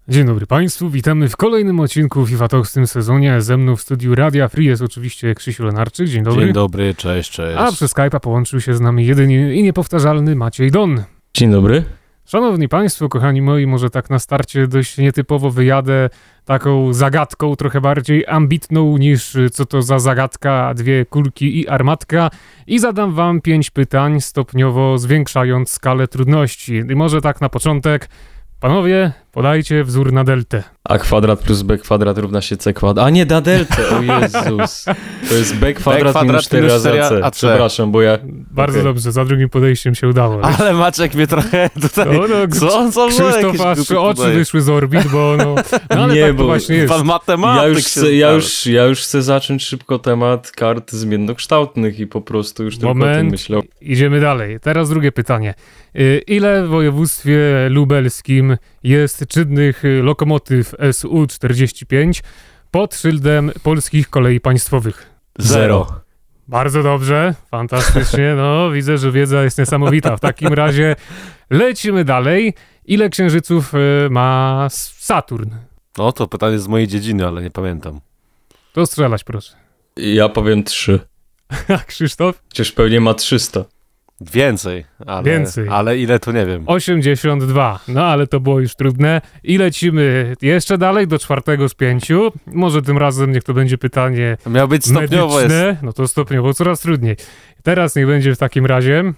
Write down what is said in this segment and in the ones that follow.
Dzień dobry Państwu, witamy w kolejnym odcinku FIFA Talks w tym sezonie. Ze mną w studiu Radia Free jest oczywiście Krzysiu Lenarczyk. Dzień dobry. Dzień dobry, cześć. A przez Skype'a połączył się z nami jedyny i niepowtarzalny Maciej Don. Dzień dobry. Szanowni Państwo, kochani moi, może tak na starcie dość nietypowo wyjadę taką zagadką trochę bardziej ambitną niż co to za zagadka, 2 kulki i armatka i zadam wam 5 pytań, stopniowo zwiększając skalę trudności. I może tak na początek, panowie, podajcie wzór na deltę. A kwadrat plus b kwadrat równa się c kwadrat. A nie, na deltę, o Jezus. To jest b kwadrat minus 4 razy c. Przepraszam, bo ja... Bardzo dobrze, za drugim podejściem się udało. Ale Maciek mnie trochę tutaj... Co Krzysztof, aż oczy wyszły z orbit, bo ale nie, tak to właśnie jest. Pan matematyk ja już chcę zacząć szybko temat kart zmiennokształtnych i po prostu już tylko o tym myślę. Idziemy dalej. Teraz drugie pytanie. Ile w województwie lubelskim jest czynnych lokomotyw SU-45 pod szyldem Polskich Kolei Państwowych? 0. Bardzo dobrze, fantastycznie, widzę, że wiedza jest niesamowita. W takim razie lecimy dalej. Ile księżyców ma Saturn? No to pytanie z mojej dziedziny, ale nie pamiętam. To strzelać proszę. Ja powiem 3. A Krzysztof? Przecież pewnie ma 300. Więcej, ale ile to nie wiem. 82, ale to było już trudne. I lecimy jeszcze dalej do 4 z 5. Może tym razem niech to będzie pytanie miało być stopniowo medyczne. Jest. No to stopniowo, coraz trudniej. Teraz niech będzie w takim razie,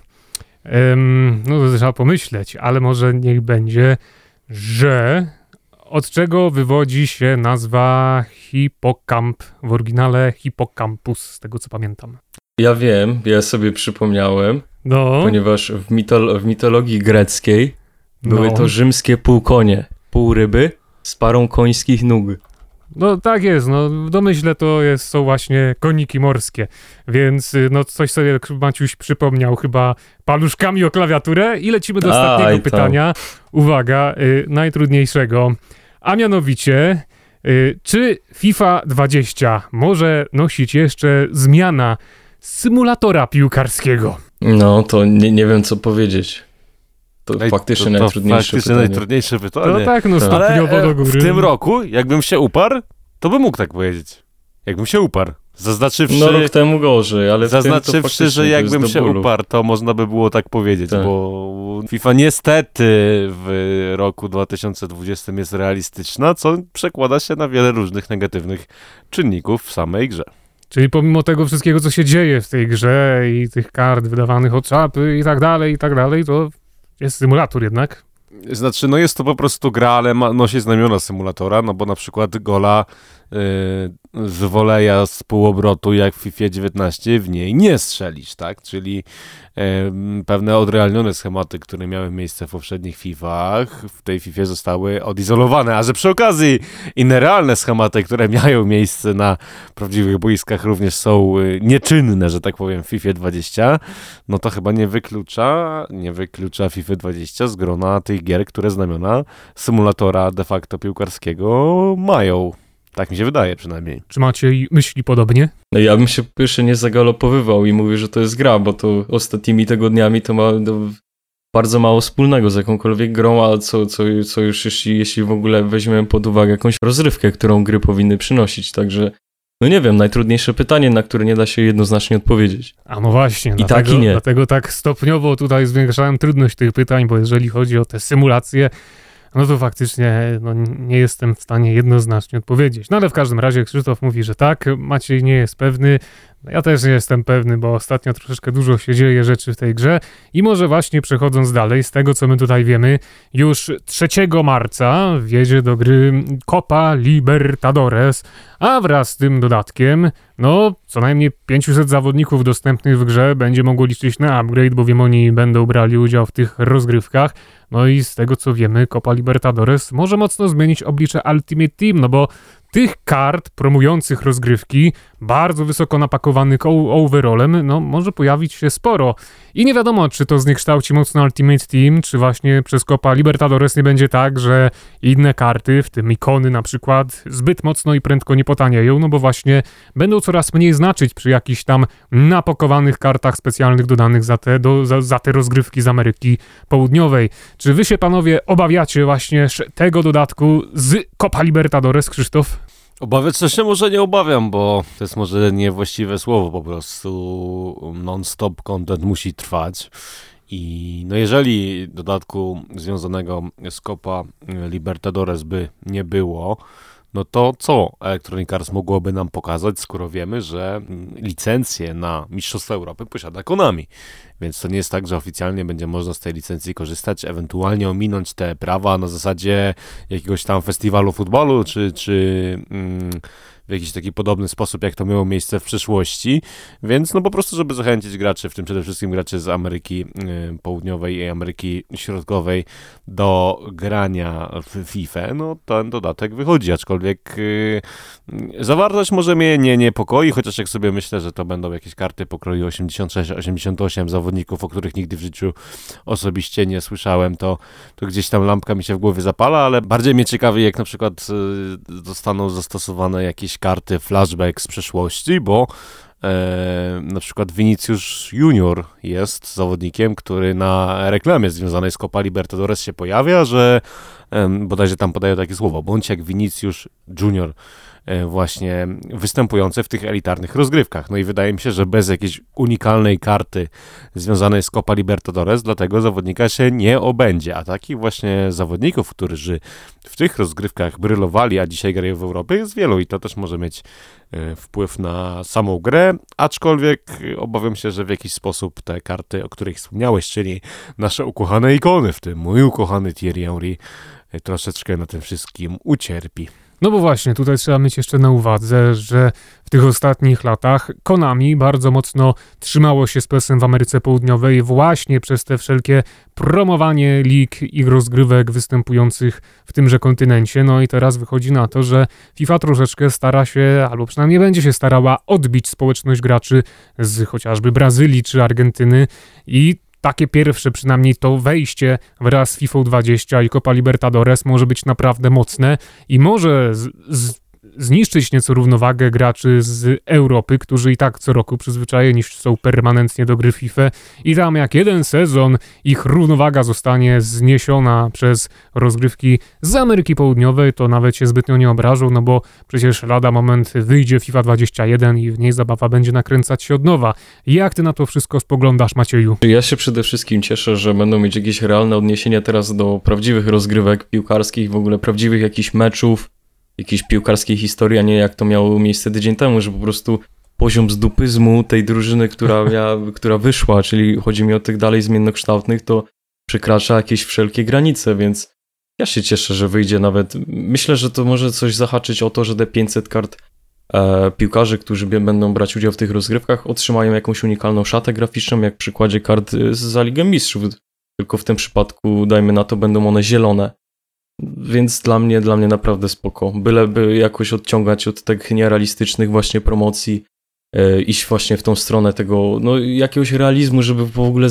to trzeba pomyśleć, ale może niech będzie, że od czego wywodzi się nazwa hipokamp, w oryginale hippocampus, z tego co pamiętam. Ja wiem, ja sobie przypomniałem, ponieważ w mitologii greckiej były to rzymskie półkonie, półryby z parą końskich nóg. No tak jest, w domyśle to są właśnie koniki morskie, więc coś sobie Maciuś przypomniał chyba paluszkami o klawiaturę i lecimy do ostatniego pytania. Uwaga, najtrudniejszego, a mianowicie, czy FIFA 20 może nosić jeszcze zmiana symulatora piłkarskiego? No, to nie wiem, co powiedzieć. To faktycznie najtrudniejsze pytanie. No tak, stopniowo do góry. W tym roku, jakbym się uparł, to bym mógł tak powiedzieć. Jakbym się uparł. Zaznaczywszy... rok temu gorzej, ale zaznaczywszy, że jakbym się uparł, to można by było tak powiedzieć, bo FIFA niestety w roku 2020 jest realistyczna, co przekłada się na wiele różnych negatywnych czynników w samej grze. Czyli pomimo tego wszystkiego, co się dzieje w tej grze i tych kart wydawanych od czapy i tak dalej, to jest symulator jednak. Znaczy, jest to po prostu gra, ale nosi znamiona symulatora, bo na przykład gola z woleja z półobrotu, jak w FIFA 19, w niej nie strzelisz, tak? Czyli pewne odrealnione schematy, które miały miejsce w poprzednich FIFach, w tej FIFA zostały odizolowane, a że przy okazji inne realne schematy, które miały miejsce na prawdziwych boiskach, również są nieczynne, że tak powiem, w FIFA 20, to chyba nie wyklucza FIFA 20 z grona tych gier, które znamiona symulatora de facto piłkarskiego mają. Tak mi się wydaje przynajmniej. Czy macie myśli podobnie? Ja bym się pierwsze nie zagalopowywał i mówię, że to jest gra, bo to ostatnimi tygodniami to ma bardzo mało wspólnego z jakąkolwiek grą, a co już jeśli w ogóle weźmiemy pod uwagę jakąś rozrywkę, którą gry powinny przynosić, także nie wiem, najtrudniejsze pytanie, na które nie da się jednoznacznie odpowiedzieć. A właśnie, dlatego tak stopniowo tutaj zwiększałem trudność tych pytań, bo jeżeli chodzi o te symulacje, to faktycznie nie jestem w stanie jednoznacznie odpowiedzieć. Ale w każdym razie Krzysztof mówi, że tak, Maciej nie jest pewny, ja też nie jestem pewny, bo ostatnio troszeczkę dużo się dzieje rzeczy w tej grze i może właśnie przechodząc dalej, z tego co my tutaj wiemy, już 3 marca wjedzie do gry Copa Libertadores, a wraz z tym dodatkiem, co najmniej 500 zawodników dostępnych w grze będzie mogło liczyć na upgrade, bowiem oni będą brali udział w tych rozgrywkach. I z tego co wiemy, Copa Libertadores może mocno zmienić oblicze Ultimate Team, bo tych kart promujących rozgrywki, bardzo wysoko napakowanych overallem, no może pojawić się sporo. I nie wiadomo, czy to zniekształci mocno Ultimate Team, czy właśnie przez Copa Libertadores nie będzie tak, że inne karty, w tym ikony na przykład, zbyt mocno i prędko nie potanieją, no bo właśnie będą coraz mniej znaczyć przy jakichś tam napakowanych kartach specjalnych dodanych za te rozgrywki z Ameryki Południowej. Czy wy się, panowie, obawiacie właśnie tego dodatku z Copa Libertadores, Krzysztof? Obawiać też się może nie obawiam, bo to jest może niewłaściwe słowo, po prostu non-stop content musi trwać. I no jeżeli dodatku związanego z Copa Libertadores by nie było, no to co Electronic Arts mogłoby nam pokazać, skoro wiemy, że licencję na Mistrzostwa Europy posiada Konami. Więc to nie jest tak, że oficjalnie będzie można z tej licencji korzystać, ewentualnie ominąć te prawa na zasadzie jakiegoś tam festiwalu futbolu, czy w jakiś taki podobny sposób, jak to miało miejsce w przeszłości. Więc no po prostu, żeby zachęcić graczy, w tym przede wszystkim graczy z Ameryki Południowej i Ameryki Środkowej do grania w FIFA, no ten dodatek wychodzi, aczkolwiek zawartość może mnie nie niepokoi, chociaż jak sobie myślę, że to będą jakieś karty pokroju 86-88 zawodników, o których nigdy w życiu osobiście nie słyszałem, to gdzieś tam lampka mi się w głowie zapala, ale bardziej mnie ciekawi, jak na przykład zostaną zastosowane jakieś karty flashback z przeszłości, bo na przykład Vinicius Junior jest zawodnikiem, który na reklamie związanej z Copa Libertadores się pojawia, że bodajże tam podają takie słowo, bądź jak Vinicius Junior właśnie występujące w tych elitarnych rozgrywkach. No i wydaje mi się, że bez jakiejś unikalnej karty związanej z Copa Libertadores dla tego zawodnika się nie obędzie. A takich właśnie zawodników, którzy w tych rozgrywkach brylowali, a dzisiaj grają w Europie, jest wielu i to też może mieć wpływ na samą grę, aczkolwiek obawiam się, że w jakiś sposób te karty, o których wspomniałeś, czyli nasze ukochane ikony, w tym mój ukochany Thierry Henry, troszeczkę na tym wszystkim ucierpi. No bo właśnie, tutaj trzeba mieć jeszcze na uwadze, że w tych ostatnich latach Konami bardzo mocno trzymało się z PES-em w Ameryce Południowej właśnie przez te wszelkie promowanie lig i rozgrywek występujących w tymże kontynencie. No i teraz wychodzi na to, że FIFA troszeczkę stara się, albo przynajmniej będzie się starała odbić społeczność graczy z chociażby Brazylii czy Argentyny i takie pierwsze przynajmniej to wejście wraz z FIFA 20 i Copa Libertadores może być naprawdę mocne i może zniszczyć nieco równowagę graczy z Europy, którzy i tak co roku przyzwyczajeni są permanentnie do gry FIFA i tam jak jeden sezon ich równowaga zostanie zniesiona przez rozgrywki z Ameryki Południowej, to nawet się zbytnio nie obrażą, no bo przecież lada moment wyjdzie FIFA 21 i w niej zabawa będzie nakręcać się od nowa. Jak ty na to wszystko spoglądasz, Macieju? Ja się przede wszystkim cieszę, że będą mieć jakieś realne odniesienia teraz do prawdziwych rozgrywek piłkarskich, w ogóle prawdziwych jakichś meczów, jakiejś piłkarskiej historii, a nie jak to miało miejsce tydzień temu, że po prostu poziom zdupyzmu tej drużyny, która wyszła, czyli chodzi mi o tych dalej zmiennokształtnych, to przekracza jakieś wszelkie granice, więc ja się cieszę, że wyjdzie nawet. Myślę, że to może coś zahaczyć o to, że te 500 kart piłkarzy, którzy będą brać udział w tych rozgrywkach, otrzymają jakąś unikalną szatę graficzną, jak w przykładzie kart za Ligę Mistrzów, tylko w tym przypadku, dajmy na to, będą one zielone. Więc dla mnie naprawdę spoko. Byleby jakoś odciągać od tych nierealistycznych właśnie promocji, iść właśnie w tą stronę tego, no jakiegoś realizmu, żeby w ogóle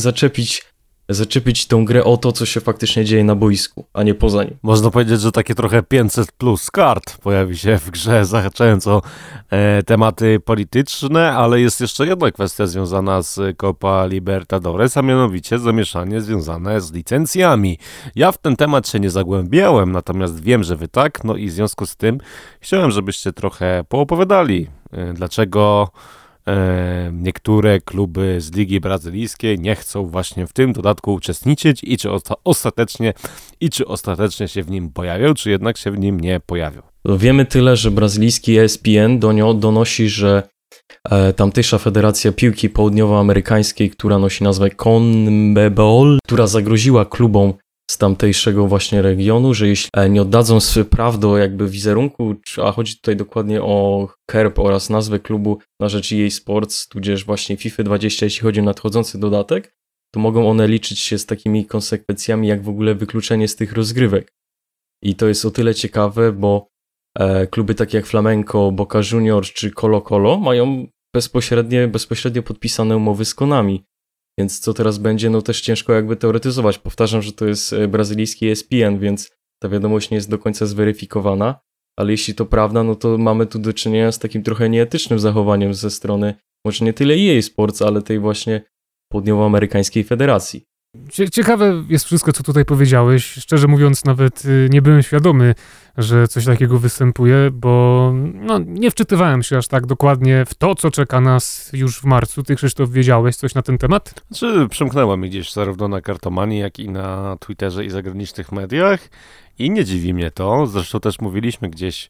zaczepić tą grę o to, co się faktycznie dzieje na boisku, a nie poza nim. Można powiedzieć, że takie trochę 500 plus kart pojawi się w grze, zahaczając o tematy polityczne, ale jest jeszcze jedna kwestia związana z Copa Libertadores, a mianowicie zamieszanie związane z licencjami. Ja w ten temat się nie zagłębiałem, natomiast wiem, że wy tak, no i w związku z tym chciałem, żebyście trochę poopowiadali, dlaczego niektóre kluby z Ligi Brazylijskiej nie chcą właśnie w tym dodatku uczestniczyć i czy ostatecznie się w nim pojawią, czy jednak się w nim nie pojawią. Wiemy tyle, że brazylijski ESPN donosi, że tamtejsza Federacja Piłki Południowoamerykańskiej, która nosi nazwę CONMEBOL, która zagroziła klubom z tamtejszego właśnie regionu, że jeśli nie oddadzą praw do jakby wizerunku, a chodzi tutaj dokładnie o herb oraz nazwę klubu na rzecz EA Sports, tudzież właśnie FIFA 20, jeśli chodzi o nadchodzący dodatek, to mogą one liczyć się z takimi konsekwencjami, jak w ogóle wykluczenie z tych rozgrywek. I to jest o tyle ciekawe, bo kluby takie jak Flamenco, Boca Juniors czy Colo-Colo mają bezpośrednio podpisane umowy z Konami. Więc co teraz będzie, no też ciężko jakby teoretyzować. Powtarzam, że to jest brazylijski ESPN, więc ta wiadomość nie jest do końca zweryfikowana, ale jeśli to prawda, no to mamy tu do czynienia z takim trochę nieetycznym zachowaniem ze strony może nie tyle EA Sports, ale tej właśnie południowoamerykańskiej federacji. Ciekawe jest wszystko, co tutaj powiedziałeś. Szczerze mówiąc, nawet nie byłem świadomy, że coś takiego występuje, bo nie wczytywałem się aż tak dokładnie w to, co czeka nas już w marcu. Ty, Krzysztof, wiedziałeś coś na ten temat? Przemknęło mi gdzieś zarówno na Kartomanii, jak i na Twitterze i zagranicznych mediach i nie dziwi mnie to. Zresztą też mówiliśmy gdzieś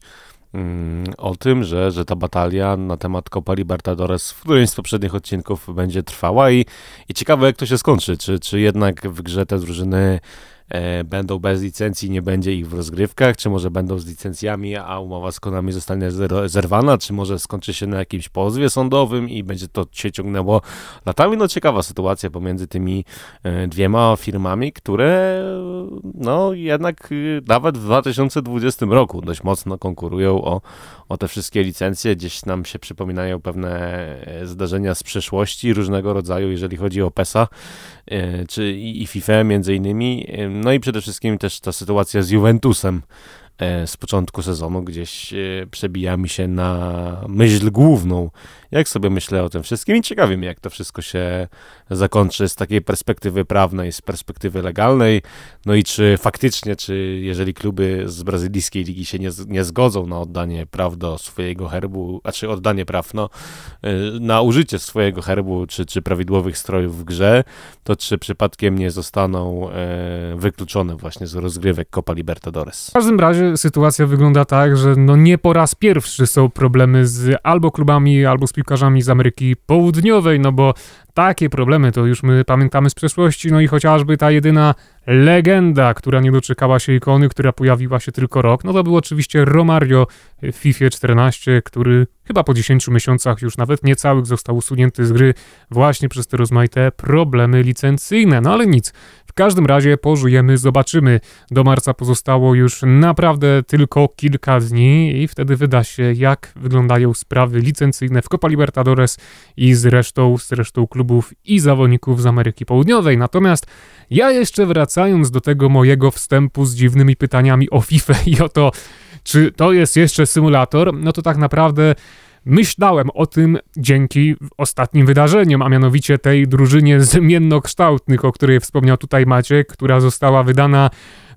o tym, że ta batalia na temat Copa Libertadores w którymś z poprzednich odcinków będzie trwała i ciekawe, jak to się skończy. Czy jednak w grze te drużyny będą bez licencji, nie będzie ich w rozgrywkach, czy może będą z licencjami, a umowa z Konami zostanie zerwana, czy może skończy się na jakimś pozwie sądowym i będzie to się ciągnęło latami. No ciekawa sytuacja pomiędzy tymi dwiema firmami, które jednak nawet w 2020 roku dość mocno konkurują o te wszystkie licencje. Gdzieś nam się przypominają pewne zdarzenia z przeszłości różnego rodzaju, jeżeli chodzi o PES-a czy i FIFA między innymi. No i przede wszystkim też ta sytuacja z Juventusem z początku sezonu gdzieś przebija mi się na myśl główną, jak sobie myślę o tym wszystkim i ciekawi mnie, jak to wszystko się zakończy z takiej perspektywy prawnej, z perspektywy legalnej, no i czy faktycznie, jeżeli kluby z brazylijskiej ligi się nie zgodzą na oddanie praw do swojego herbu, oddanie praw na użycie swojego herbu, czy prawidłowych strojów w grze, to czy przypadkiem nie zostaną wykluczone właśnie z rozgrywek Copa Libertadores. W każdym razie sytuacja wygląda tak, że nie po raz pierwszy są problemy z albo klubami, albo z piłkarzami z Ameryki Południowej, bo takie problemy to już my pamiętamy z przeszłości, i chociażby ta jedyna legenda, która nie doczekała się ikony, która pojawiła się tylko rok, to był oczywiście Romario w FIFA 14, który chyba po 10 miesiącach już nawet niecałych został usunięty z gry właśnie przez te rozmaite problemy licencyjne, ale nic. W każdym razie pożyjemy, zobaczymy. Do marca pozostało już naprawdę tylko kilka dni i wtedy wyda się, jak wyglądają sprawy licencyjne w Copa Libertadores i z resztą klubów i zawodników z Ameryki Południowej. Natomiast ja jeszcze wracając do tego mojego wstępu z dziwnymi pytaniami o FIFA i o to, czy to jest jeszcze symulator, to tak naprawdę myślałem o tym dzięki ostatnim wydarzeniom, a mianowicie tej drużynie zmiennokształtnych, o której wspomniał tutaj Maciek, która została wydana,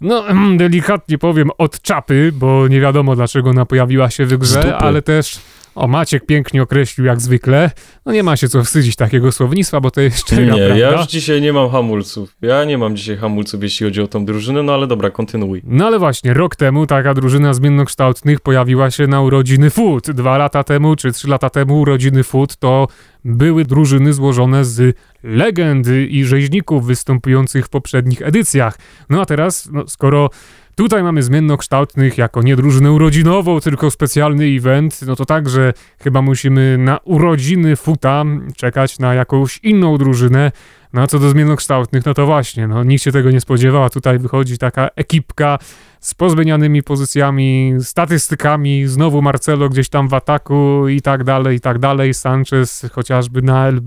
delikatnie powiem, od czapy, bo nie wiadomo dlaczego ona pojawiła się w grze, ale też Maciek pięknie określił jak zwykle. Nie ma się co wstydzić takiego słownictwa, bo to jest szczera prawda. Ja już dzisiaj nie mam hamulców. Ja nie mam dzisiaj hamulców, jeśli chodzi o tą drużynę, ale dobra, kontynuuj. Ale właśnie, rok temu taka drużyna zmiennokształtnych pojawiła się na urodziny FUT. 2 lata temu, czy 3 lata temu urodziny FUT to były drużyny złożone z legend i rzeźników występujących w poprzednich edycjach. A teraz, skoro tutaj mamy zmiennokształtnych jako nie drużynę urodzinową, tylko specjalny event, to także chyba musimy na urodziny FUTA czekać na jakąś inną drużynę. A co do zmiennokształtnych, to właśnie, nikt się tego nie spodziewał, a tutaj wychodzi taka ekipka z pozmienianymi pozycjami, statystykami, znowu Marcelo gdzieś tam w ataku i tak dalej, Sanchez chociażby na LB.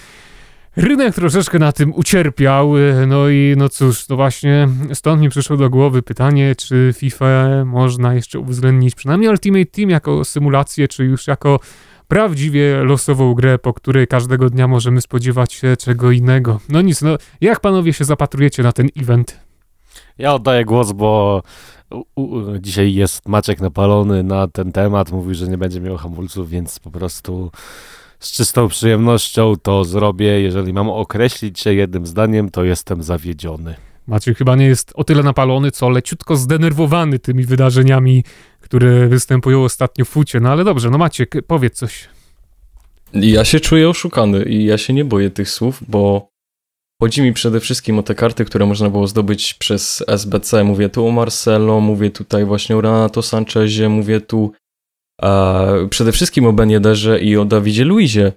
Rynek troszeczkę na tym ucierpiał, cóż, właśnie stąd mi przyszło do głowy pytanie, czy FIFA można jeszcze uwzględnić przynajmniej Ultimate Team jako symulację, czy już jako prawdziwie losową grę, po której każdego dnia możemy spodziewać się czego innego. Nic, jak panowie się zapatrujecie na ten event? Ja oddaję głos, bo dzisiaj jest Maciek napalony na ten temat, mówi, że nie będzie miał hamulców, więc po prostu z czystą przyjemnością to zrobię. Jeżeli mam określić się jednym zdaniem, to jestem zawiedziony. Maciek chyba nie jest o tyle napalony, co leciutko zdenerwowany tymi wydarzeniami, które występują ostatnio w FUcie. Ale dobrze, Maciek, powiedz coś. Ja się czuję oszukany i ja się nie boję tych słów, bo chodzi mi przede wszystkim o te karty, które można było zdobyć przez SBC. Mówię tu o Marcelo, mówię tutaj właśnie o Renato Sanchezie, mówię tu przede wszystkim o Ben Yedderze i o Davidzie Luizie.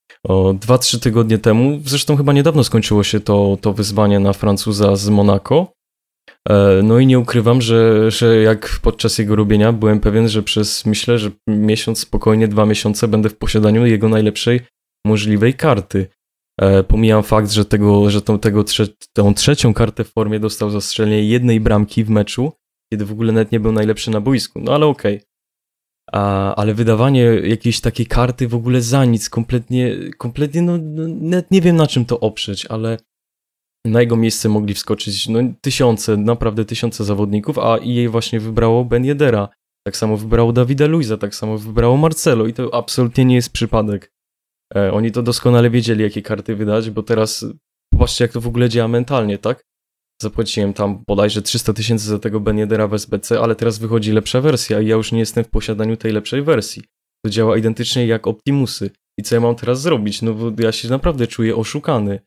2-3 tygodnie temu, zresztą chyba niedawno skończyło się to wyzwanie na Francuza z Monaco. No i nie ukrywam, że jak podczas jego robienia byłem pewien, że myślę, że miesiąc, spokojnie 2 miesiące będę w posiadaniu jego najlepszej możliwej karty. Pomijam fakt, że tą trzecią kartę w formie dostał za strzelenie 1 bramki w meczu, kiedy w ogóle nawet nie był najlepszy na boisku, no ale okej. Ale wydawanie jakiejś takiej karty w ogóle za nic, kompletnie nawet nie wiem na czym to oprzeć, ale na jego miejsce mogli wskoczyć naprawdę tysiące zawodników, a EA właśnie wybrało Ben Yedera, tak samo wybrało Davida Luiza, tak samo wybrało Marcelo i to absolutnie nie jest przypadek. Oni to doskonale wiedzieli, jakie karty wydać, bo teraz popatrzcie, jak to w ogóle działa mentalnie, tak? Zapłaciłem tam bodajże 300 000 za tego Ben Yedera w SBC, ale teraz wychodzi lepsza wersja i ja już nie jestem w posiadaniu tej lepszej wersji. To działa identycznie jak Optimusy. I co ja mam teraz zrobić? No bo ja się naprawdę czuję oszukany.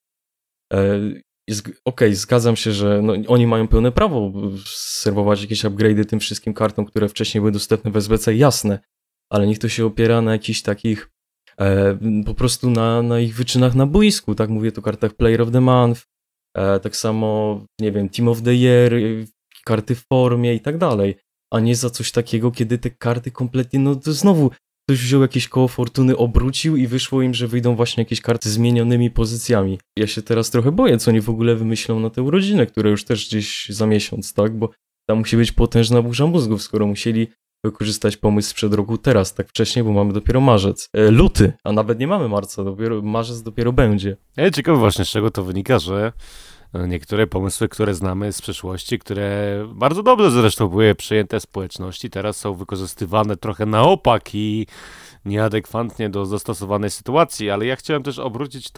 Okej, zgadzam się, że oni mają pełne prawo serwować jakieś upgrade'y tym wszystkim kartom, które wcześniej były dostępne w SBC, jasne, ale niech to się opiera na jakichś takich po prostu na ich wyczynach na boisku, tak? Mówię tu o kartach Player of the Month, tak samo, nie wiem, Team of the Year, karty w formie i tak dalej, a nie za coś takiego, kiedy te karty kompletnie, to znowu ktoś wziął jakieś koło fortuny, obrócił i wyszło im, że wyjdą właśnie jakieś karty z zmienionymi pozycjami. Ja się teraz trochę boję, co oni w ogóle wymyślą na tę urodzinę, które już też gdzieś za miesiąc, tak? Bo tam musi być potężna burza mózgów, skoro musieli wykorzystać pomysł sprzed roku teraz, tak wcześnie, bo mamy dopiero marzec. Luty, a nawet nie mamy marca, marzec dopiero będzie. Ciekawe właśnie, z czego to wynika, że niektóre pomysły, które znamy z przeszłości, które bardzo dobrze zresztą były przyjęte w społeczności, teraz są wykorzystywane trochę na opak i nieadekwatnie do zastosowanej sytuacji, ale ja chciałem też obrócić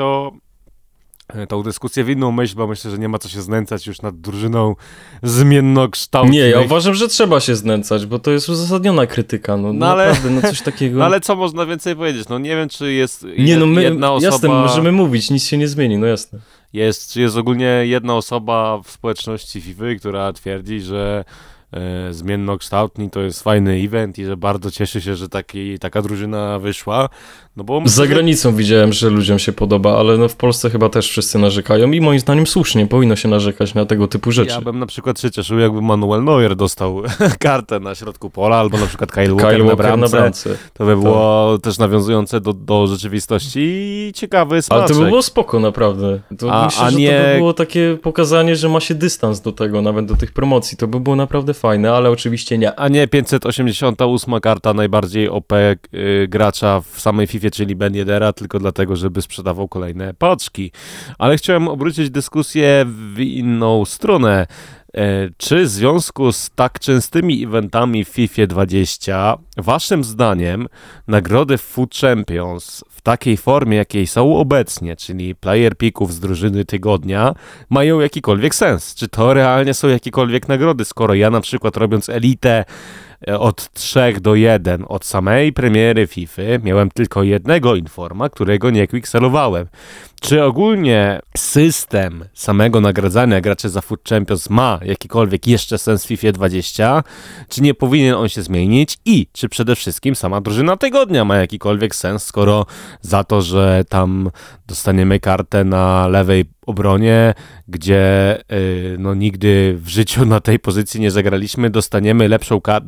tą dyskusję w inną myśl, bo myślę, że nie ma co się znęcać już nad drużyną zmiennokształtnej. Nie, ja uważam, że trzeba się znęcać, bo to jest uzasadniona krytyka, naprawdę, coś takiego. No ale co można więcej powiedzieć? Nie wiem, czy jest jedna osoba... Jasne, możemy mówić, nic się nie zmieni, jasne. Czy jest ogólnie jedna osoba w społeczności FIFA, która twierdzi, że zmiennokształtni to jest fajny event i że bardzo cieszy się, że taka drużyna wyszła. Bo za granicą widziałem, że ludziom się podoba, ale w Polsce chyba też wszyscy narzekają i moim zdaniem słusznie, powinno się narzekać na tego typu rzeczy. Ja bym na przykład się cieszył, jakby Manuel Neuer dostał kartę na środku pola, albo na przykład Kyle Walker na bramce. To by było też nawiązujące do rzeczywistości i ciekawy smaczek. Ale to by było spoko, naprawdę. Myślę, że to by było takie pokazanie, że ma się dystans do tego, nawet do tych promocji. To by było naprawdę fajne, ale oczywiście nie. A nie 588 karta najbardziej OP gracza w samej FIFA, czyli Ben Yedera, tylko dlatego, żeby sprzedawał kolejne paczki. Ale chciałem obrócić dyskusję w inną stronę. Czy w związku z tak częstymi eventami w FIFA 20, waszym zdaniem nagrody Foot Champions w takiej formie, jakiej są obecnie, czyli player picków z drużyny tygodnia, mają jakikolwiek sens? Czy to realnie są jakiekolwiek nagrody, skoro ja na przykład robiąc elitę od 3-1 od samej premiery FIFA miałem tylko jednego informa, którego nie quickselowałem. Czy ogólnie system samego nagradzania graczy za Foot Champions ma jakikolwiek jeszcze sens w FIFA 20? Czy nie powinien on się zmienić? I czy przede wszystkim sama drużyna tygodnia ma jakikolwiek sens, skoro za to, że tam dostaniemy kartę na lewej obronie, gdzie nigdy w życiu na tej pozycji nie zagraliśmy, dostaniemy lepszą kartę,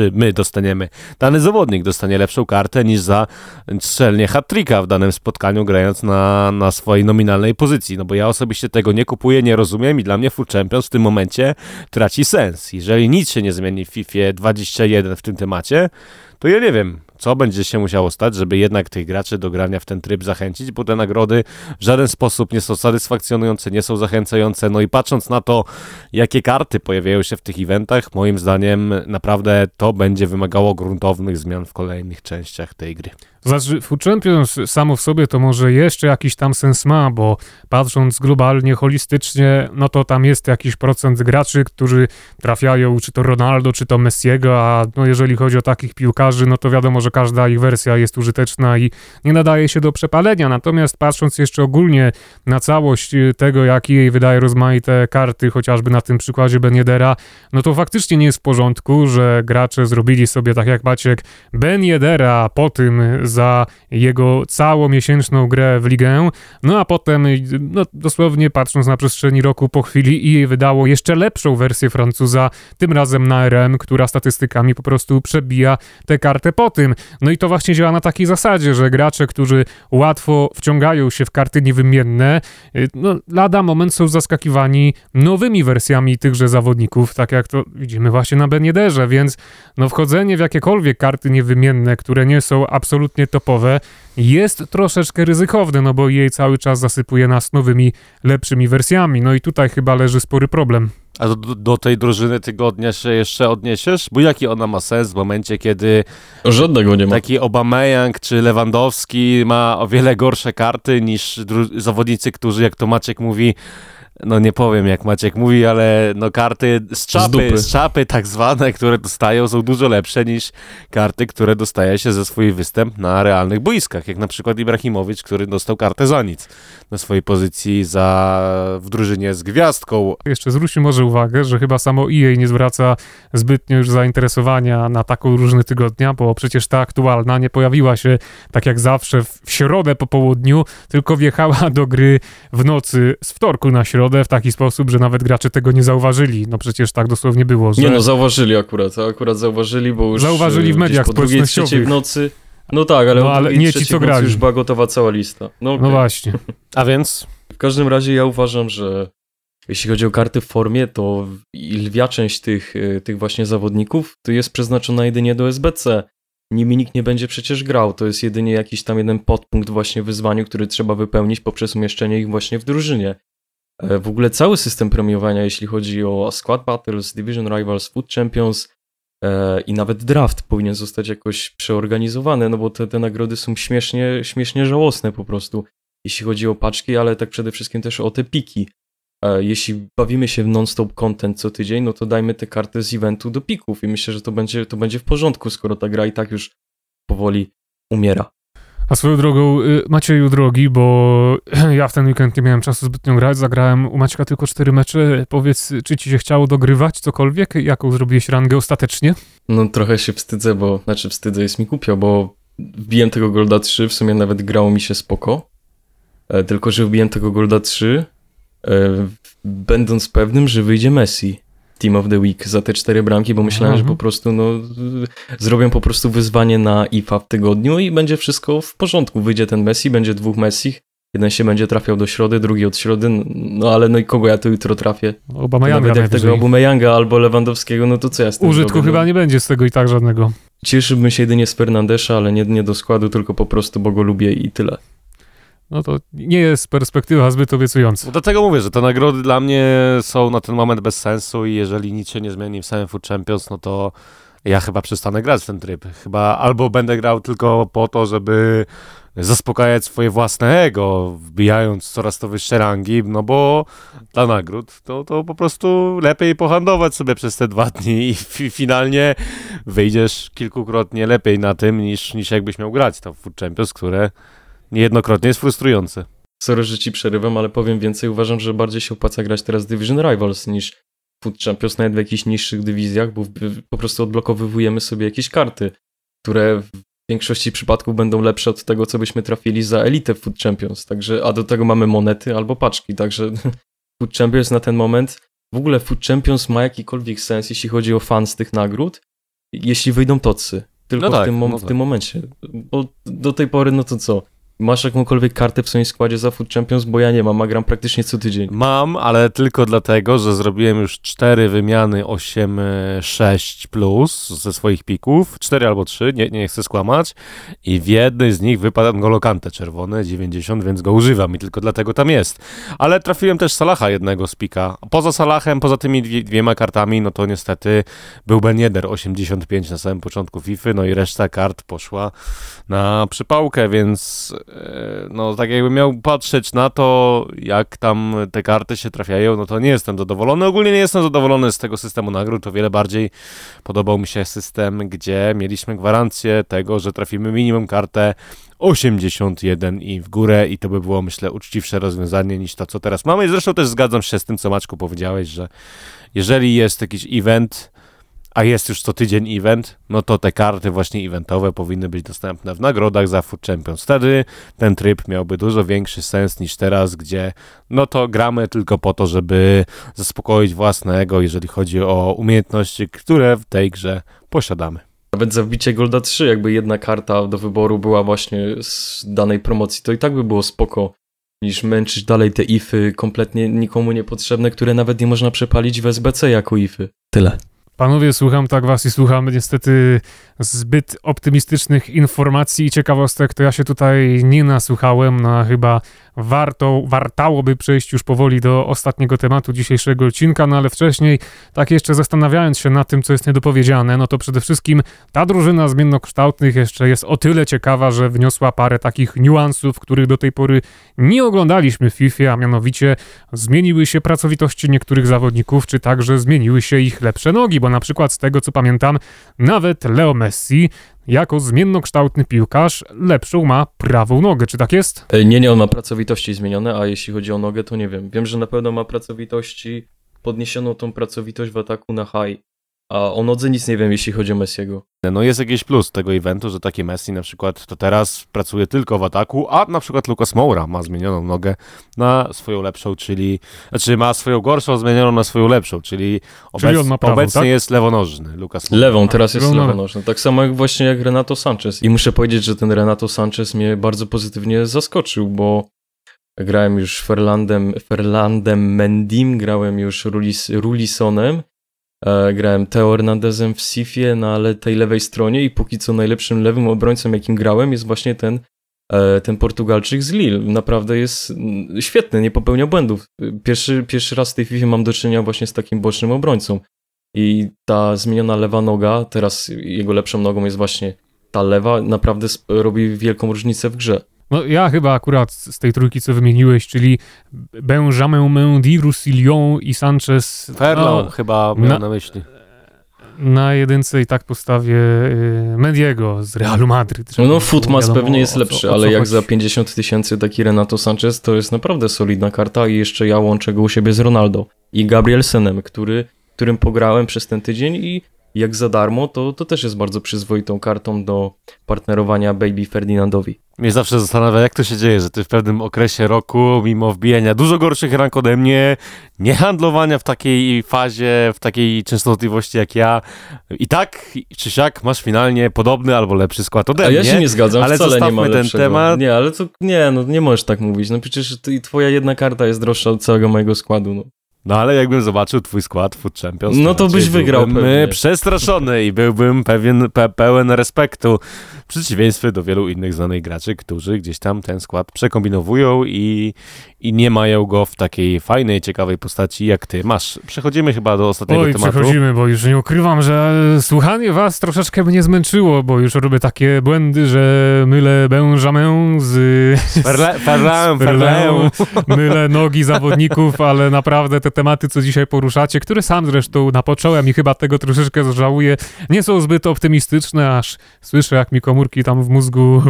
dany zawodnik dostanie lepszą kartę niż za strzelnie hat-tricka w danym spotkaniu, grając na swojej nominalnej pozycji, bo ja osobiście tego nie kupuję, nie rozumiem i dla mnie Foot Champions w tym momencie traci sens. Jeżeli nic się nie zmieni w FIFA 21 w tym temacie, to ja nie wiem, co będzie się musiało stać, żeby jednak tych graczy do grania w ten tryb zachęcić, bo te nagrody w żaden sposób nie są satysfakcjonujące, nie są zachęcające. No i patrząc na to, jakie karty pojawiają się w tych eventach, moim zdaniem naprawdę to będzie wymagało gruntownych zmian w kolejnych częściach tej gry. To znaczy, Foot Champions samo w sobie to może jeszcze jakiś tam sens ma, bo patrząc globalnie, holistycznie, to tam jest jakiś procent graczy, którzy trafiają, czy to Ronaldo, czy to Messiego, a jeżeli chodzi o takich piłkarzy, to wiadomo, że każda ich wersja jest użyteczna i nie nadaje się do przepalenia. Natomiast patrząc jeszcze ogólnie na całość tego, jak jej wydaje rozmaite karty, chociażby na tym przykładzie Ben Yedera, to faktycznie nie jest w porządku, że gracze zrobili sobie, tak jak Maciek, Ben Yedera po tym za jego całomiesięczną grę w ligę, no a potem, no dosłownie patrząc na przestrzeni roku, po chwili EA wydało jeszcze lepszą wersję Francuza, tym razem na RM, która statystykami po prostu przebija tę kartę po tym. No i to właśnie działa na takiej zasadzie, że gracze, którzy łatwo wciągają się w karty niewymienne, no lada moment są zaskakiwani nowymi wersjami tychże zawodników, tak jak to widzimy właśnie na Ben Yedderze, więc no wchodzenie w jakiekolwiek karty niewymienne, które nie są absolutnie topowe, jest troszeczkę ryzykowne, no bo EA cały czas zasypuje nas nowymi, lepszymi wersjami, no i tutaj chyba leży spory problem. A do tej drużyny tygodnia się jeszcze odniesiesz? Bo jaki ona ma sens w momencie, kiedy żadnego nie ma. Taki Aubameyang czy Lewandowski ma o wiele gorsze karty niż zawodnicy, którzy, jak to Maciek mówi, no nie powiem jak Maciek mówi, ale no karty z czapy tak zwane, które dostają, są dużo lepsze niż karty, które dostaje się ze swój występ na realnych boiskach, jak na przykład Ibrahimowicz, który dostał kartę za nic na swojej pozycji w drużynie z gwiazdką. Jeszcze zwróćmy może uwagę, że chyba samo EA nie zwraca zbytnio już zainteresowania na taką drużynę tygodnia, bo przecież ta aktualna nie pojawiła się tak jak zawsze w środę po południu, tylko wjechała do gry w nocy z wtorku na środę w taki sposób, że nawet gracze tego nie zauważyli. No przecież tak dosłownie było, że... Nie no, zauważyli akurat zauważyli, bo już... Zauważyli w mediach po drugiej, trzeciej w nocy... No tak, ale nie ci, co grali. Już była gotowa cała lista. No, okay. No właśnie. A więc? W każdym razie ja uważam, że jeśli chodzi o karty w formie, to lwia część tych właśnie zawodników to jest przeznaczona jedynie do SBC. Nimi nikt nie będzie przecież grał. To jest jedynie jakiś tam jeden podpunkt właśnie w wyzwaniu, który trzeba wypełnić poprzez umieszczenie ich właśnie w drużynie. W ogóle cały system premiowania, jeśli chodzi o Squad Battles, Division Rivals, Food Champions i nawet draft powinien zostać jakoś przeorganizowany, no bo te nagrody są śmiesznie żałosne po prostu, jeśli chodzi o paczki, ale tak przede wszystkim też o te piki. Jeśli bawimy się w non-stop content co tydzień, no to dajmy te karty z eventu do pików i myślę, że to będzie w porządku, skoro ta gra i tak już powoli umiera. A swoją drogą, Macieju drogi, bo ja w ten weekend nie miałem czasu zbytnio grać, zagrałem u Maćka tylko 4 mecze. Powiedz, czy ci się chciało dogrywać cokolwiek? Jaką zrobiłeś rangę ostatecznie? No trochę się wstydzę, wstydzę, jest mi głupio, bo wbiłem tego Golda 3, w sumie nawet grało mi się spoko, tylko że wbiłem tego Golda 3, będąc pewnym, że wyjdzie Messi. Team of the Week za te 4 bramki, bo myślałem, że po prostu zrobię po prostu wyzwanie na IFA w tygodniu i będzie wszystko w porządku. Wyjdzie ten Messi, będzie 2 Messi, jeden się będzie trafiał do środy, drugi od środy, no ale no i kogo ja tu jutro trafię? Aubameyanga nawet jak tego Aubameyanga albo Lewandowskiego, no to co ja z tym użytku zrobię? Chyba nie będzie z tego i tak żadnego. Cieszyłbym się jedynie z Fernandesza, ale nie do składu, tylko po prostu, bo go lubię i tyle. No to nie jest perspektywa zbyt obiecująca. Dlatego mówię, że te nagrody dla mnie są na ten moment bez sensu i jeżeli nic się nie zmieni w samym Food Champions, no to ja chyba przestanę grać w ten tryb. Chyba albo będę grał tylko po to, żeby zaspokajać swoje własne ego, wbijając coraz to wyższe rangi, no bo dla nagród to po prostu lepiej pohandlować sobie przez te 2 dni i finalnie wyjdziesz kilkukrotnie lepiej na tym, niż jakbyś miał grać to w Food Champions, które niejednokrotnie jest frustrujące. Sorry, że ci przerywam, ale powiem więcej. Uważam, że bardziej się opłaca grać teraz Division Rivals niż Food Champions, nawet w jakichś niższych dywizjach, bo po prostu odblokowujemy sobie jakieś karty, które w większości przypadków będą lepsze od tego, co byśmy trafili za elitę w Food Champions. Także, a do tego mamy monety albo paczki, także Food Champions na ten moment, w ogóle Food Champions ma jakikolwiek sens, jeśli chodzi o fan z tych nagród, jeśli wyjdą tocy. Tylko w tym momencie. Bo do tej pory, no to co? Masz jakąkolwiek kartę w swoim składzie za Food Champions? Bo ja nie mam, a gram praktycznie co tydzień. Mam, ale tylko dlatego, że zrobiłem już 4 wymiany 8-6 plus ze swoich pików. 4 albo 3, nie chcę skłamać. I w jednej z nich wypadł N'Golo Kanté czerwony, 90, więc go używam i tylko dlatego tam jest. Ale trafiłem też Salaha jednego z pika. Poza Salahem, poza tymi 2 kartami, no to niestety był Ben Yedder 85 na samym początku FIFA, no i reszta kart poszła na przypałkę, więc no tak jakbym miał patrzeć na to, jak tam te karty się trafiają, no to nie jestem zadowolony. Ogólnie nie jestem zadowolony z tego systemu nagród. O wiele bardziej podobał mi się system, gdzie mieliśmy gwarancję tego, że trafimy minimum kartę 81 i w górę i to by było, myślę, uczciwsze rozwiązanie niż to, co teraz mamy. I zresztą też zgadzam się z tym, co Maćku powiedziałeś, że jeżeli jest jakiś event a jest już co tydzień event, no to te karty właśnie eventowe powinny być dostępne w nagrodach za Food Champions. Wtedy ten tryb miałby dużo większy sens niż teraz, gdzie no to gramy tylko po to, żeby zaspokoić własne ego, jeżeli chodzi o umiejętności, które w tej grze posiadamy. Nawet za wbicie Golda 3, jakby jedna karta do wyboru była właśnie z danej promocji, to i tak by było spoko, niż męczyć dalej te ify kompletnie nikomu niepotrzebne, które nawet nie można przepalić w SBC jako ify. Tyle. Panowie, słucham tak was i słucham niestety zbyt optymistycznych informacji i ciekawostek, to ja się tutaj nie nasłuchałem, no a chyba wartałoby przejść już powoli do ostatniego tematu dzisiejszego odcinka, no ale wcześniej, tak jeszcze zastanawiając się nad tym, co jest niedopowiedziane, no to przede wszystkim ta drużyna zmiennokształtnych jeszcze jest o tyle ciekawa, że wniosła parę takich niuansów, których do tej pory nie oglądaliśmy w FIFA, a mianowicie zmieniły się pracowitości niektórych zawodników, czy także zmieniły się ich lepsze nogi, bo na przykład z tego, co pamiętam, nawet Leo Messi jako zmiennokształtny piłkarz lepszą ma prawą nogę. Czy tak jest? Nie, on ma pracowitości zmienione, a jeśli chodzi o nogę, to nie wiem. Wiem, że na pewno ma pracowitości, podniesioną tą pracowitość w ataku na high, a o nodze nic nie wiem, jeśli chodzi o Messiego. No jest jakiś plus tego eventu, że taki Messi na przykład to teraz pracuje tylko w ataku, a na przykład Lucas Moura ma zmienioną nogę na swoją lepszą, znaczy ma swoją gorszą zmienioną na swoją lepszą, czyli on ma prawą, obecnie tak? jest lewonożny Lucas Moura. Lewą, teraz jest lewonożny. Tak samo jak Renato Sanchez. I muszę powiedzieć, że ten Renato Sanchez mnie bardzo pozytywnie zaskoczył, bo grałem już Ferlandem Mendim, grałem już Rulisonem, grałem Theo Hernandezem w Sifie na tej lewej stronie i póki co najlepszym lewym obrońcą, jakim grałem, jest właśnie ten Portugalczyk z Lille. Naprawdę jest świetny, nie popełnia błędów. Pierwszy raz w tej Fifie mam do czynienia właśnie z takim bocznym obrońcą. I ta zmieniona lewa noga, teraz jego lepszą nogą jest właśnie ta lewa, naprawdę robi wielką różnicę w grze. No ja chyba akurat z tej trójki, co wymieniłeś, czyli Benjamin Mendy, Roussillon i Sanchez... Ferland chyba miał na myśli. Na jedynce i tak postawię Mendiego z Realu Madryt. No Footmas pewnie jest lepszy, ale jak za 50 000 taki Renato Sanchez, to jest naprawdę solidna karta i jeszcze ja łączę go u siebie z Ronaldo i Gabrielsenem, którym pograłem przez ten tydzień i jak za darmo, to też jest bardzo przyzwoitą kartą do partnerowania Baby Ferdinandowi. Mnie zawsze zastanawia, jak to się dzieje, że ty w pewnym okresie roku, mimo wbijania dużo gorszych rank ode mnie, nie handlowania w takiej fazie, w takiej częstotliwości jak ja, i tak czy siak masz finalnie podobny albo lepszy skład ode mnie. A ja się nie zgadzam, ale wcale nie ma ten lepszego. temat. Nie, ale to nie możesz tak mówić. No przecież twoja jedna karta jest droższa od całego mojego składu, no. No ale jakbym zobaczył twój skład Food Champions, no to byś wygrał pewnie. Przestraszony i byłbym pełen respektu, w przeciwieństwie do wielu innych znanych graczy, którzy gdzieś tam ten skład przekombinowują i nie mają go w takiej fajnej, ciekawej postaci jak ty masz. Przechodzimy chyba do ostatniego tematu. Przechodzimy, bo już nie ukrywam, że słuchanie was troszeczkę mnie zmęczyło, bo już robię takie błędy, że mylę Benjamin z Ferland. Mylę nogi zawodników, ale naprawdę te tematy, co dzisiaj poruszacie, które sam zresztą napocząłem i chyba tego troszeczkę żałuję, nie są zbyt optymistyczne, aż słyszę, jak mi komórki tam w mózgu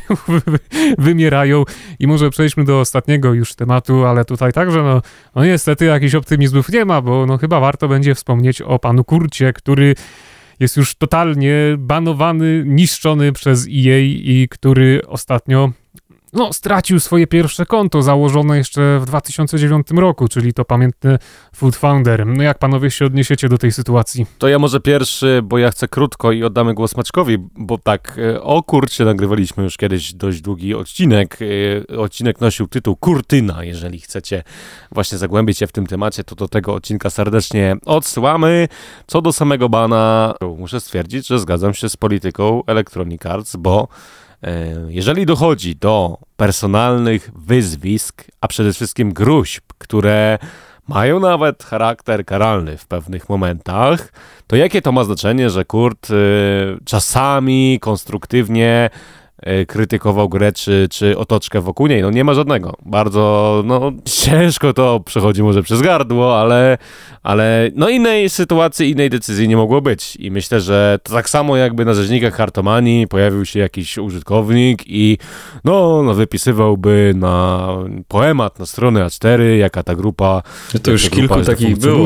wymierają i może przejdźmy do ostatniego już tematu, ale tutaj także, no niestety jakichś optymizmów nie ma, bo no chyba warto będzie wspomnieć o panu Kurcie, który jest już totalnie banowany, niszczony przez EA i który ostatnio stracił swoje pierwsze konto założone jeszcze w 2009 roku, czyli to pamiętny Food Founder. No jak panowie się odniesiecie do tej sytuacji? To ja może pierwszy, bo ja chcę krótko i oddamy głos Maćkowi, bo tak, o Kurcie nagrywaliśmy już kiedyś dość długi odcinek. Odcinek nosił tytuł Kurtyna. Jeżeli chcecie właśnie zagłębić się w tym temacie, to do tego odcinka serdecznie odsyłamy. Co do samego bana, muszę stwierdzić, że zgadzam się z polityką Electronic Arts, bo jeżeli dochodzi do personalnych wyzwisk, a przede wszystkim gróźb, które mają nawet charakter karalny w pewnych momentach, to jakie to ma znaczenie, że Kurt czasami konstruktywnie krytykował grę, czy otoczkę wokół niej. No nie ma żadnego. Bardzo, ciężko to przechodzi może przez gardło, ale innej sytuacji, innej decyzji nie mogło być. I myślę, że to tak samo jakby na rzecznikach Kartomanii pojawił się jakiś użytkownik i wypisywałby na poemat na stronę A4, jaka ta grupa to już kilku takich było.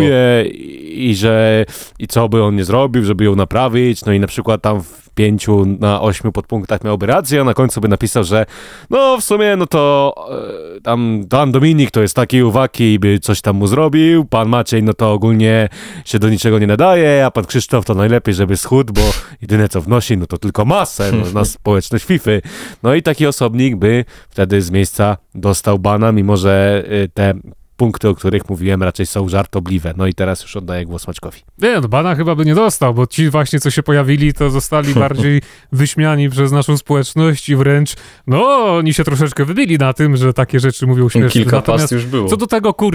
I co by on nie zrobił, żeby ją naprawić, no i na przykład tam w 5 na 8 podpunktach miałby rację, a na końcu by napisał, że w sumie to pan Dominik to jest taki uwagi i by coś tam mu zrobił, pan Maciej to ogólnie się do niczego nie nadaje, a pan Krzysztof to najlepiej, żeby schudł, bo jedyne co wnosi, to tylko masę na społeczność Fify. No i taki osobnik by wtedy z miejsca dostał bana, mimo że te punkty, o których mówiłem, raczej są żartobliwe. No i teraz już oddaję głos Maćkowi. Nie, bana chyba by nie dostał, bo ci właśnie, co się pojawili, to zostali bardziej wyśmiani przez naszą społeczność i wręcz, oni się troszeczkę wybili na tym, że takie rzeczy mówią śmiesznie. Kilka past już było. Co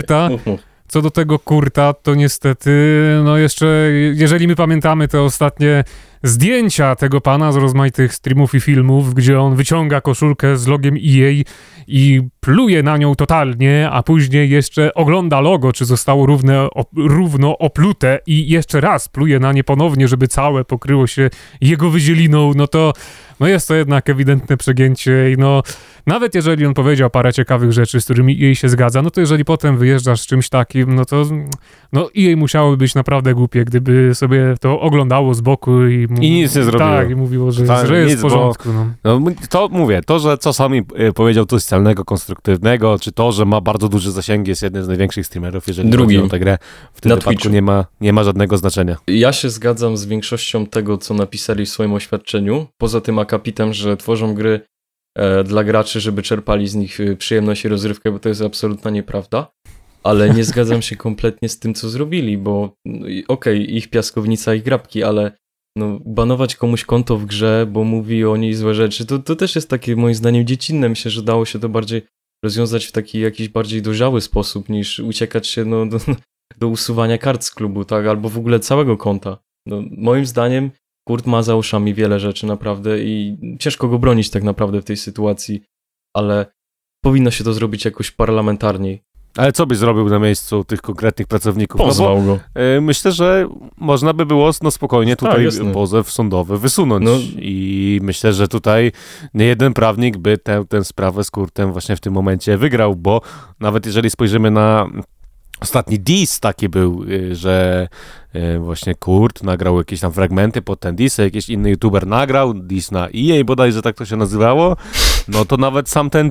do tego Kurta, to niestety, jeszcze, jeżeli my pamiętamy te ostatnie zdjęcia tego pana z rozmaitych streamów i filmów, gdzie on wyciąga koszulkę z logiem EA i pluje na nią totalnie, a później jeszcze ogląda logo, czy zostało równo oplute i jeszcze raz pluje na nie ponownie, żeby całe pokryło się jego wyzieliną, to jest to jednak ewidentne przegięcie i nawet jeżeli on powiedział parę ciekawych rzeczy, z którymi jej się zgadza, to jeżeli potem wyjeżdżasz z czymś takim, to jej musiałoby być naprawdę głupie, gdyby sobie to oglądało z boku i nic nie zrobiło. Tak, i mówiło, że jest w porządku. To mówię, to, że czasami powiedział coś celnego, konstruktywnego, czy to, że ma bardzo duże zasięgi, jest jednym z największych streamerów, jeżeli chodzi o tę grę, w tym wypadku nie ma żadnego znaczenia. Ja się zgadzam z większością tego, co napisali w swoim oświadczeniu, poza tym akapitem, że tworzą gry dla graczy, żeby czerpali z nich przyjemność i rozrywkę, bo to jest absolutna nieprawda. Ale nie zgadzam się kompletnie z tym, co zrobili, bo ich piaskownica, ich grabki, ale banować komuś konto w grze, bo mówi o niej złe rzeczy, to też jest takie moim zdaniem dziecinne. Myślę, że dało się to bardziej rozwiązać w taki jakiś bardziej dojrzały sposób, niż uciekać się do usuwania kart z klubu, tak, albo w ogóle całego konta. Moim zdaniem Kurt ma za uszami wiele rzeczy naprawdę i ciężko go bronić tak naprawdę w tej sytuacji, ale powinno się to zrobić jakoś parlamentarniej. Ale co byś zrobił na miejscu tych konkretnych pracowników? Pozwał go. Myślę, że można by było spokojnie tutaj pozew sądowy wysunąć. I myślę, że tutaj nie jeden prawnik by tę sprawę z Kurtem właśnie w tym momencie wygrał, bo nawet jeżeli spojrzymy na ostatni diss taki był, że właśnie Kurt nagrał jakieś tam fragmenty pod ten diss, jakiś inny youtuber nagrał diss na EA bodajże tak to się nazywało, to nawet sam ten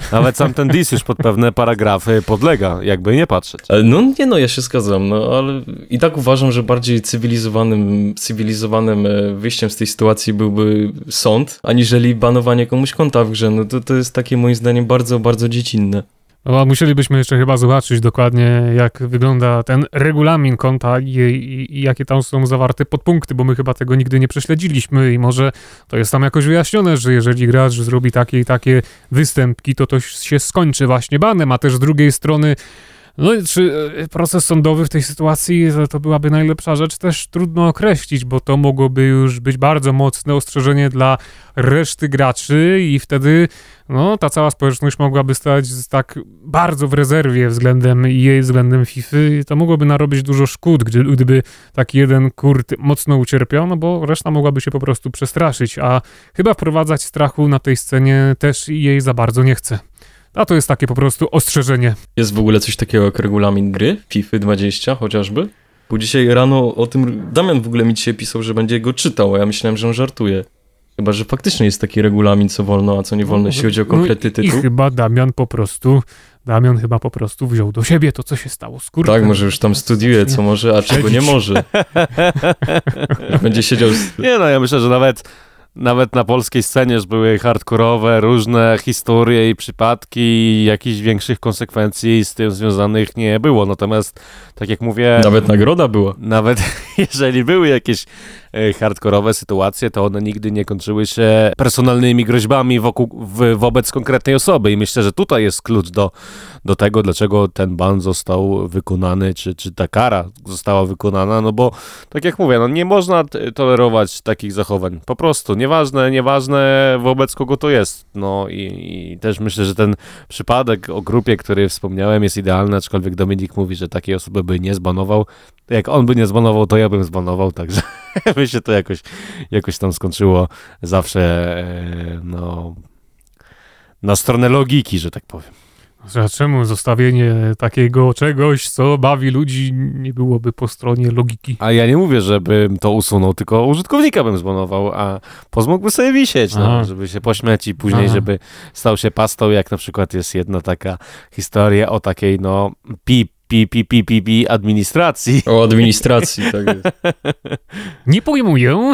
diss już pod pewne paragrafy podlega, jakby nie patrzeć. Ja się zgadzam, ale i tak uważam, że bardziej cywilizowanym wyjściem z tej sytuacji byłby sąd, aniżeli banowanie komuś konta w grze. To jest takie moim zdaniem bardzo, bardzo dziecinne. Musielibyśmy jeszcze chyba zobaczyć dokładnie, jak wygląda ten regulamin konta i jakie tam są zawarte podpunkty, bo my chyba tego nigdy nie prześledziliśmy i może to jest tam jakoś wyjaśnione, że jeżeli gracz zrobi takie i takie występki, to się skończy właśnie banem, a też z drugiej strony czy proces sądowy w tej sytuacji to byłaby najlepsza rzecz, też trudno określić, bo to mogłoby już być bardzo mocne ostrzeżenie dla reszty graczy i wtedy ta cała społeczność mogłaby stać tak bardzo w rezerwie względem jej, względem Fify i to mogłoby narobić dużo szkód, gdyby taki jeden Kurt mocno ucierpiał, bo reszta mogłaby się po prostu przestraszyć, a chyba wprowadzać strachu na tej scenie też jej za bardzo nie chce. A to jest takie po prostu ostrzeżenie. Jest w ogóle coś takiego jak regulamin gry FIFA 20 chociażby? Bo dzisiaj rano o tym Damian w ogóle mi dzisiaj pisał, że będzie go czytał, a ja myślałem, że on żartuje. Chyba, że faktycznie jest taki regulamin, co wolno, a co nie wolno, jeśli chodzi o konkretny tytuł. I chyba Damian chyba po prostu wziął do siebie to, co się stało z Kurtem. Tak, może już tam studiuje, co może, a czego nie może. Będzie siedział... ja myślę, że nawet na polskiej scenie już były hardkorowe, różne historie i przypadki i jakichś większych konsekwencji z tym związanych nie było. Natomiast, tak jak mówię... Nawet nagroda była. Nawet jeżeli były jakieś hardkorowe sytuacje, to one nigdy nie kończyły się personalnymi groźbami wobec konkretnej osoby i myślę, że tutaj jest klucz do tego, dlaczego ten ban został wykonany, czy ta kara została wykonana, no bo tak jak mówię, no nie można tolerować takich zachowań, po prostu, nieważne wobec kogo to jest, no i też myślę, że ten przypadek o grupie, który wspomniałem, jest idealny, aczkolwiek Dominik mówi, że takiej osoby by nie zbanował. Jak on by nie zbanował, to ja bym zbanował, także by się to jakoś tam skończyło zawsze na stronę logiki, że tak powiem. A czemu zostawienie takiego czegoś, co bawi ludzi, nie byłoby po stronie logiki? A ja nie mówię, żebym to usunął, tylko użytkownika bym zbanował, a post mógłby sobie wisieć, żeby się pośmiać i później, żeby stał się pastą, jak na przykład jest jedna taka historia o takiej, administracji. O administracji, tak jest. Nie pojmuję.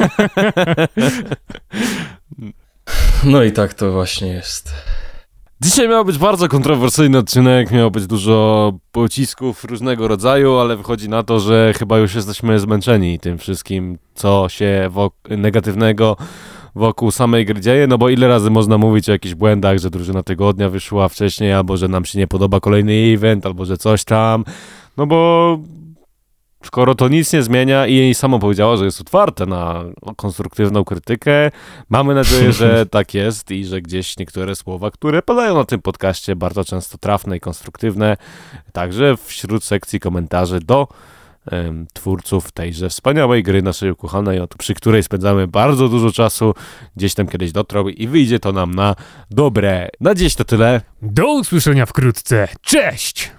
No i tak to właśnie jest. Dzisiaj miał być bardzo kontrowersyjny odcinek, miało być dużo pocisków różnego rodzaju, ale wychodzi na to, że chyba już jesteśmy zmęczeni tym wszystkim, co się negatywnego wokół samej gry dzieje, no bo ile razy można mówić o jakichś błędach, że drużyna tygodnia wyszła wcześniej, albo że nam się nie podoba kolejny event, albo że coś tam, no bo skoro to nic nie zmienia i jej samo powiedziała, że jest otwarte na konstruktywną krytykę, mamy nadzieję, że tak jest i że gdzieś niektóre słowa, które padają na tym podcaście, bardzo często trafne i konstruktywne, także wśród sekcji komentarzy do twórców tejże wspaniałej gry, naszej ukochanej, przy której spędzamy bardzo dużo czasu, gdzieś tam kiedyś dotrą i wyjdzie to nam na dobre. Na dziś to tyle. Do usłyszenia wkrótce. Cześć!